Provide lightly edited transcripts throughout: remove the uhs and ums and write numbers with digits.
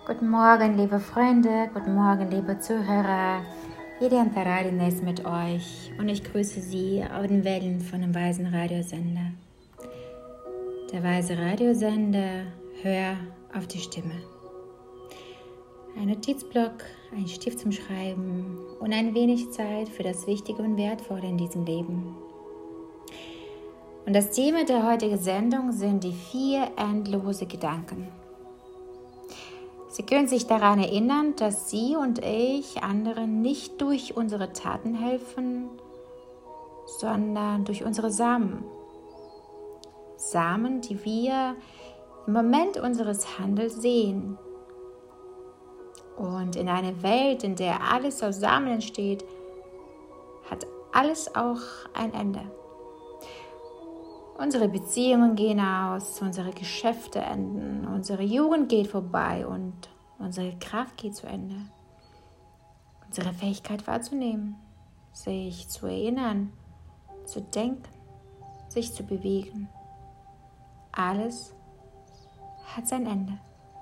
Guten Morgen, liebe Freunde, guten Morgen, liebe Zuhörer. Vivian Taradin ist mit euch und ich grüße Sie auf den Wellen von dem Weisen Radiosender. Der Weise Radiosender, hör auf die Stimme. Ein Notizblock, ein Stift zum Schreiben und ein wenig Zeit für das Wichtige und Wertvolle in diesem Leben. Und das Thema der heutigen Sendung sind die 4 endlose Gedanken. Sie können sich daran erinnern, dass Sie und ich anderen nicht durch unsere Taten helfen, sondern durch unsere Samen. Samen, die wir im Moment unseres Handels sehen. Und in einer Welt, in der alles aus Samen entsteht, hat alles auch ein Ende. Unsere Beziehungen gehen aus, unsere Geschäfte enden, unsere Jugend geht vorbei und unsere Kraft geht zu Ende. Unsere Fähigkeit wahrzunehmen, sich zu erinnern, zu denken, sich zu bewegen. Alles hat sein Ende.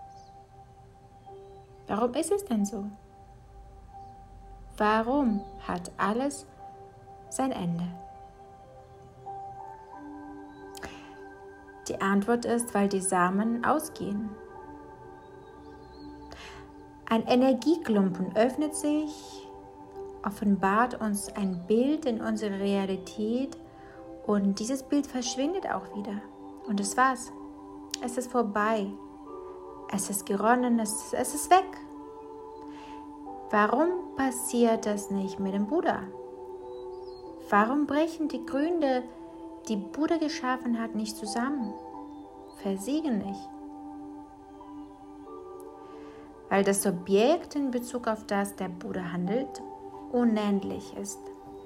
Warum ist es denn so? Warum hat alles sein Ende? Die Antwort ist, weil die Samen ausgehen. Ein Energieklumpen öffnet sich, offenbart uns ein Bild in unserer Realität und dieses Bild verschwindet auch wieder. Und das war's. Es ist vorbei. Es ist geronnen, es ist weg. Warum passiert das nicht mit dem Buddha? Warum brechen die Gründe, die Buddha geschaffen hat, nicht zusammen, versiegen nicht? Weil das Objekt in Bezug auf das der Buddha handelt, unendlich ist.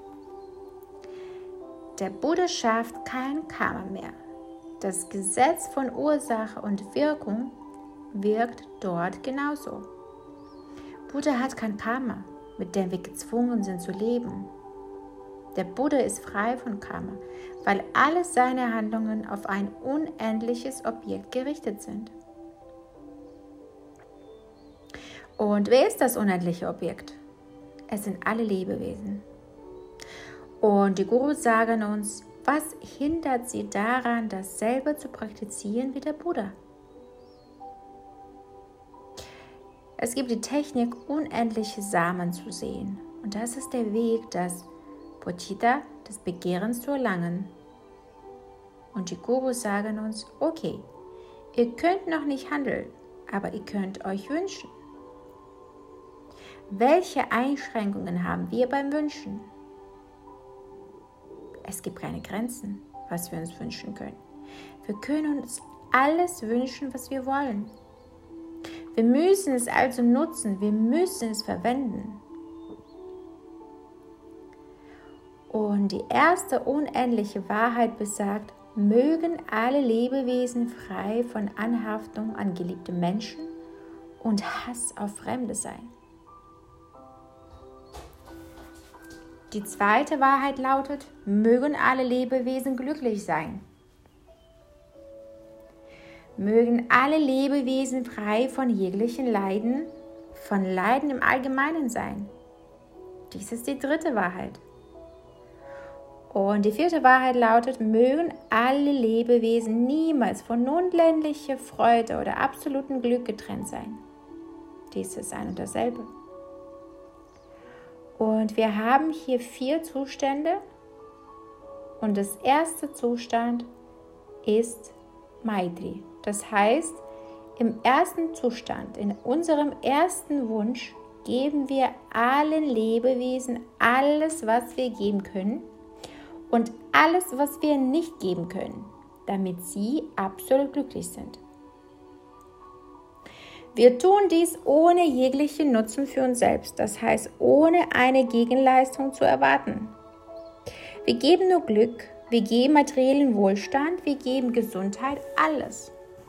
Der Buddha schafft kein Karma mehr. Das Gesetz von Ursache und Wirkung wirkt dort genauso. Buddha hat kein Karma, mit dem wir gezwungen sind zu leben. Der Buddha ist frei von Karma, weil alle seine Handlungen auf ein unendliches Objekt gerichtet sind. Und wer ist das unendliche Objekt? Es sind alle Lebewesen. Und die Gurus sagen uns, was hindert sie daran, dasselbe zu praktizieren wie der Buddha? Es gibt die Technik, unendliche Samen zu sehen. Und das ist der Weg, das Bodhicitta, des Begehrens zu erlangen. Und die Gurus sagen uns, okay, ihr könnt noch nicht handeln, aber ihr könnt euch wünschen. Welche Einschränkungen haben wir beim Wünschen? Es gibt keine Grenzen, was wir uns wünschen können. Wir können uns alles wünschen, was wir wollen. Wir müssen es also nutzen, wir müssen es verwenden. Und die erste unendliche Wahrheit besagt, mögen alle Lebewesen frei von Anhaftung an geliebte Menschen und Hass auf Fremde sein. Die zweite Wahrheit lautet, mögen alle Lebewesen glücklich sein. Mögen alle Lebewesen frei von jeglichen Leiden, von Leiden im Allgemeinen sein. Dies ist die dritte Wahrheit. Und die vierte Wahrheit lautet, mögen alle Lebewesen niemals von unendlicher Freude oder absolutem Glück getrennt sein. Dies ist ein und dasselbe. Und wir haben hier 4 Zustände und das erste Zustand ist Maitri. Das heißt, im ersten Zustand, in unserem ersten Wunsch, geben wir allen Lebewesen alles, was wir geben können und alles, was wir nicht geben können, damit sie absolut glücklich sind. Wir tun dies ohne jeglichen Nutzen für uns selbst, das heißt ohne eine Gegenleistung zu erwarten. Wir geben nur Glück, wir geben materiellen Wohlstand, wir geben Gesundheit, alles.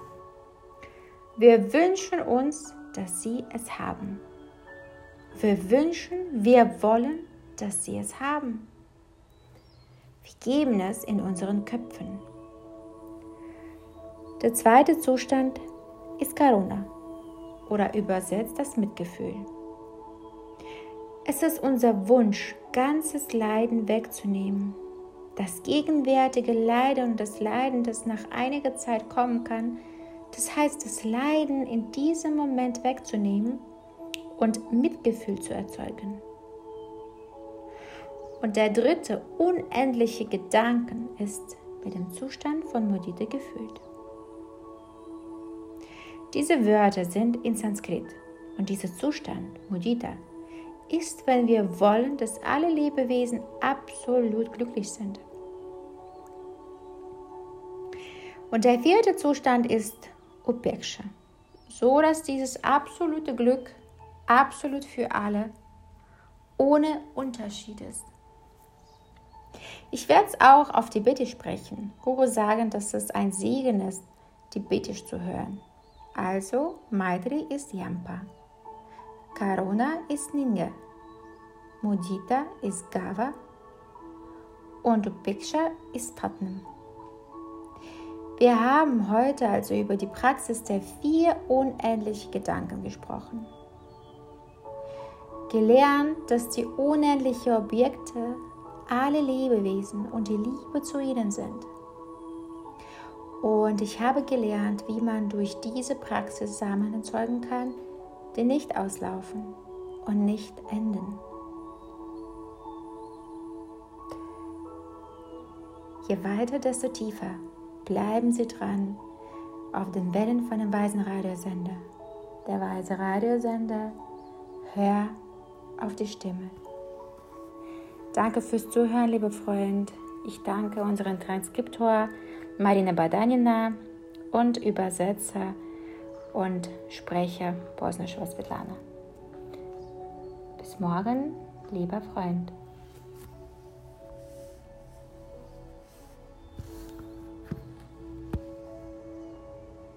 Wir wünschen uns, dass sie es haben. Wir wünschen, wir wollen, dass sie es haben. Wir geben es in unseren Köpfen. Der zweite Zustand ist Karuna. oder übersetzt das Mitgefühl. Es ist unser Wunsch, ganzes Leiden wegzunehmen. Das gegenwärtige Leiden und das Leiden, das nach einiger Zeit kommen kann, das heißt, das Leiden in diesem Moment wegzunehmen und Mitgefühl zu erzeugen. Und der dritte unendliche Gedanken ist mit dem Zustand von Mudita gefüllt. Diese Wörter sind in Sanskrit und dieser Zustand, Mudita, ist, wenn wir wollen, dass alle Lebewesen absolut glücklich sind. Und der vierte Zustand ist Upeksha, so dass dieses absolute Glück absolut für alle, ohne Unterschied ist. Ich werde es auch auf Tibetisch sprechen. Guru sagen, dass es ein Segen ist, Tibetisch zu hören. Also, Maitri ist Yampa, Karuna ist Ninga, Mudita ist Gava und Upeksha ist Patnam. Wir haben heute also über die Praxis der 4 unendlichen Gedanken gesprochen. Gelernt, dass die unendlichen Objekte alle Lebewesen und die Liebe zu ihnen sind. Und ich habe gelernt, wie man durch diese Praxis Samen erzeugen kann, die nicht auslaufen und nicht enden. Je weiter, desto tiefer bleiben Sie dran auf den Wellen von dem weisen Radiosender. Der weise Radiosender, hör auf die Stimme. Danke fürs Zuhören, liebe Freund. Ich danke unserem Transkriptor Marina Badanina und Übersetzer und Sprecher Bosnischer Svetlana. Bis morgen, lieber Freund.